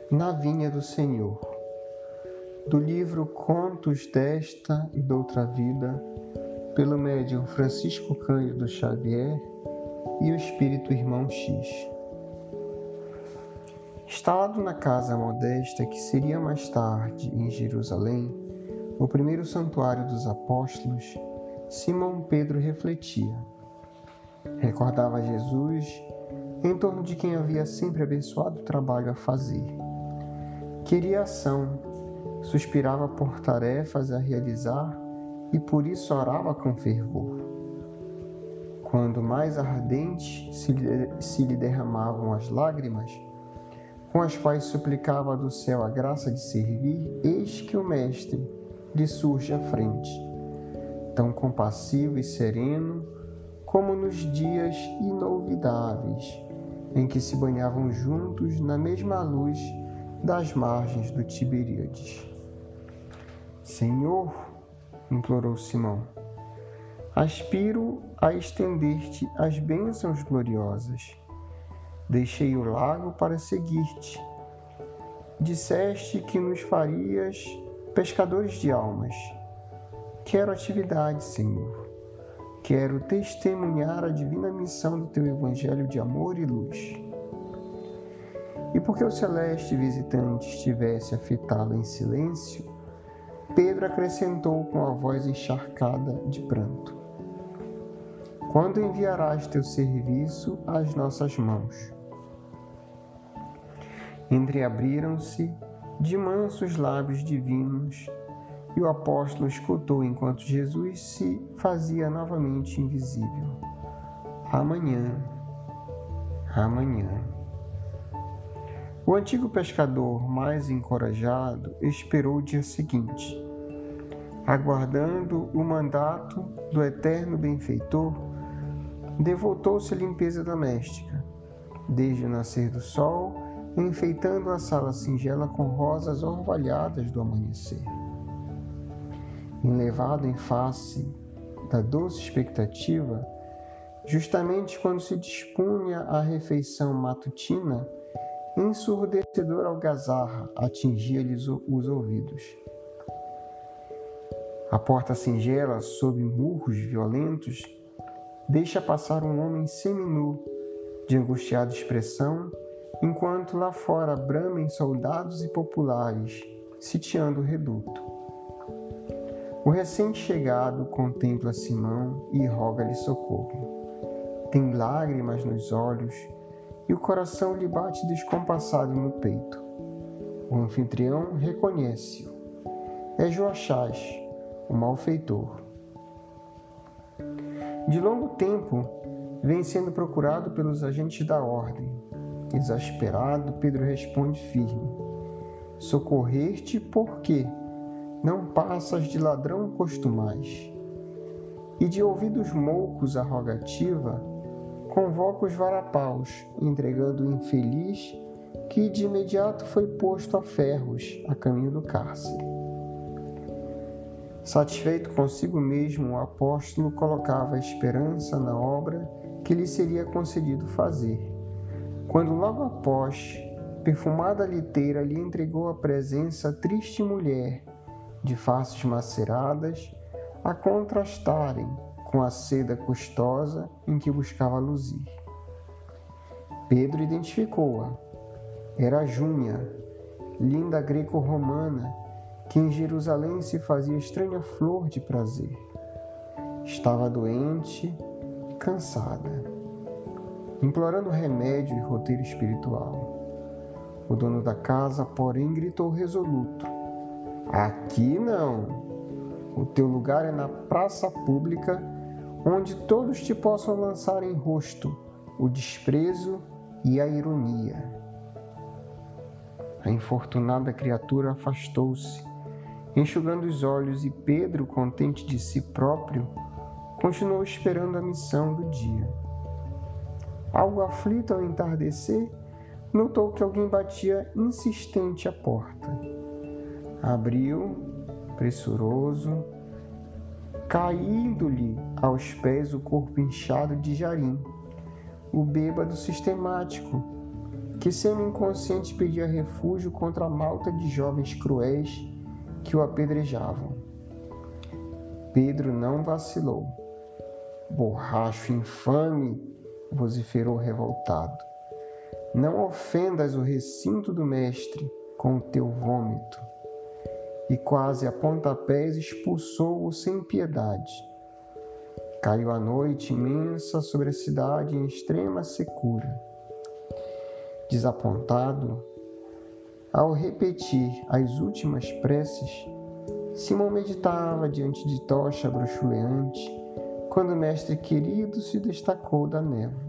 Na Vinha do Senhor, do livro Contos desta e d'Outra Vida, pelo médium Francisco Cândido Xavier e o Espírito Irmão X. Instalado na casa modesta que seria mais tarde, em Jerusalém, o primeiro santuário dos apóstolos, Simão Pedro refletia. Recordava Jesus em torno de quem havia sempre abençoado o trabalho a fazer. Queria ação, suspirava por tarefas a realizar e por isso orava com fervor. Quando mais ardentes se lhe derramavam as lágrimas, com as quais suplicava do céu a graça de servir, eis que o Mestre lhe surge à frente, tão compassivo e sereno como nos dias inolvidáveis em que se banhavam juntos na mesma luz das margens do Tiberíades. Senhor, implorou Simão, aspiro a estender-te as bênçãos gloriosas. Deixei o lago para seguir-te. Disseste que nos farias pescadores de almas. Quero atividade, Senhor. Quero testemunhar a divina missão do teu evangelho de amor e luz. E porque o celeste visitante estivesse a fitá-lo em silêncio, Pedro acrescentou com a voz encharcada de pranto: quando enviarás teu serviço às nossas mãos? Entreabriram-se de mansos lábios divinos e o apóstolo escutou enquanto Jesus se fazia novamente invisível. Amanhã, amanhã. O antigo pescador, mais encorajado, esperou o dia seguinte. Aguardando o mandato do eterno benfeitor, devotou-se à limpeza doméstica, desde o nascer do sol, enfeitando a sala singela com rosas orvalhadas do amanhecer. Enlevado em face da doce expectativa, justamente quando se dispunha à refeição matutina, ensurdecedora algazarra atingia-lhes os ouvidos. A porta singela, sob murros violentos, deixa passar um homem seminu, de angustiada expressão, enquanto lá fora bramem soldados e populares, sitiando o reduto. O recém-chegado contempla Simão e roga-lhe socorro. Tem lágrimas nos olhos e o coração lhe bate descompassado no peito. O anfitrião reconhece-o. É Joachás, o malfeitor. De longo tempo, vem sendo procurado pelos agentes da ordem. Exasperado, Pedro responde firme: socorrer-te por quê? Não passas de ladrão costumais. E de ouvidos moucos a rogativa, convoca os varapaus, entregando o infeliz que de imediato foi posto a ferros a caminho do cárcere. Satisfeito consigo mesmo, o apóstolo colocava a esperança na obra que lhe seria concedido fazer, quando logo após, perfumada liteira lhe entregou à presença a triste mulher, de faces maceradas, a contrastarem com a seda custosa em que buscava luzir. Pedro identificou-a. Era Júnia, linda greco-romana, que em Jerusalém se fazia estranha flor de prazer. Estava doente e cansada, implorando remédio e roteiro espiritual. O dono da casa, porém, gritou resoluto: aqui não! O teu lugar é na praça pública, onde todos te possam lançar em rosto o desprezo e a ironia. A infortunada criatura afastou-se, enxugando os olhos, e Pedro, contente de si próprio, continuou esperando a missão do dia. Algo aflito ao entardecer, notou que alguém batia insistente à porta. Abriu, pressuroso, caindo-lhe aos pés o corpo inchado de Jarim, o bêbado sistemático, que semi-inconsciente pedia refúgio contra a malta de jovens cruéis que o apedrejavam. Pedro não vacilou. Borracho infame, vociferou revoltado. Não ofendas o recinto do mestre com o teu vômito. E quase a pontapés expulsou-o sem piedade. Caiu a noite imensa sobre a cidade em extrema secura. Desapontado, ao repetir as últimas preces, Simão meditava diante de tocha bruxuleante, quando o mestre querido se destacou da névoa.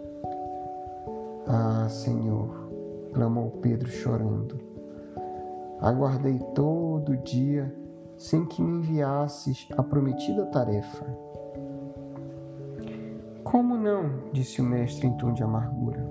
Ah, Senhor, clamou Pedro chorando, aguardei todo o dia sem que me enviasses a prometida tarefa. Como não? Disse o mestre em tom de amargura.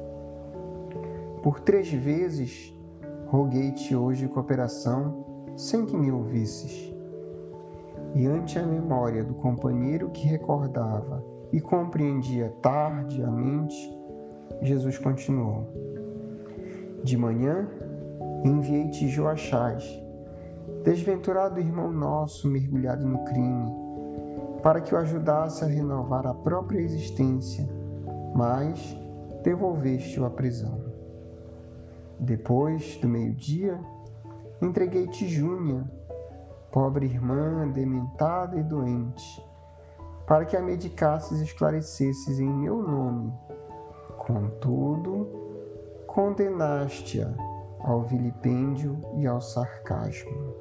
Por 3 vezes roguei-te hoje cooperação sem que me ouvisses. E ante a memória do companheiro que recordava e compreendia tardiamente, Jesus continuou. De manhã enviei-te Joachás, desventurado irmão nosso mergulhado no crime, para que o ajudasse a renovar a própria existência, mas devolveste-o à prisão. Depois do meio-dia, entreguei-te Júnia, pobre irmã, dementada e doente, para que a medicasses e esclarecesses em meu nome. Contudo, condenaste-a ao vilipêndio e ao sarcasmo.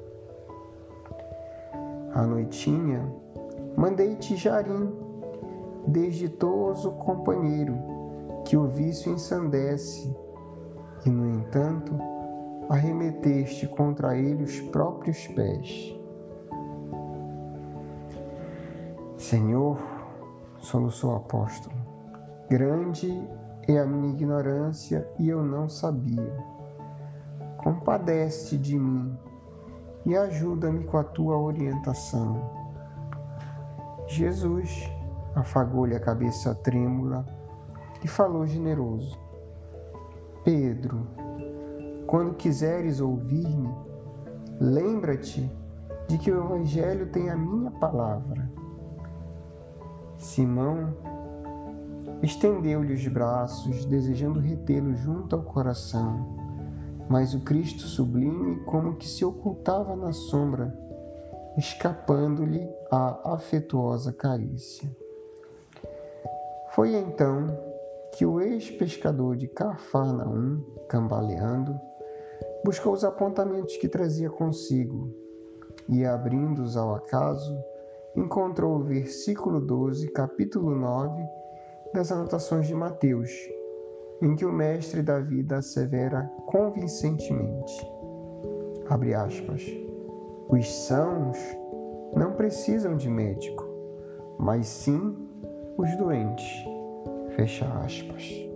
À noitinha, mandei-te Jarim, desditoso companheiro, que o vício ensandece, e, no entanto, arremeteste contra ele os próprios pés. Senhor, soluçou o apóstolo, grande é a minha ignorância e eu não sabia. Compadece-te de mim e ajuda-me com a tua orientação. Jesus afagou-lhe a cabeça trêmula e falou generoso. Pedro, quando quiseres ouvir-me, lembra-te de que o Evangelho tem a minha palavra. Simão estendeu-lhe os braços, desejando retê-lo junto ao coração, mas o Cristo sublime como que se ocultava na sombra, escapando-lhe a afetuosa carícia. Foi então que o ex-pescador de Cafarnaum, cambaleando, buscou os apontamentos que trazia consigo e, abrindo-os ao acaso, encontrou o versículo 12, capítulo 9 das anotações de Mateus, em que o mestre da vida assevera convincentemente, abre aspas, os sãos não precisam de médico, mas sim os doentes, fecha aspas.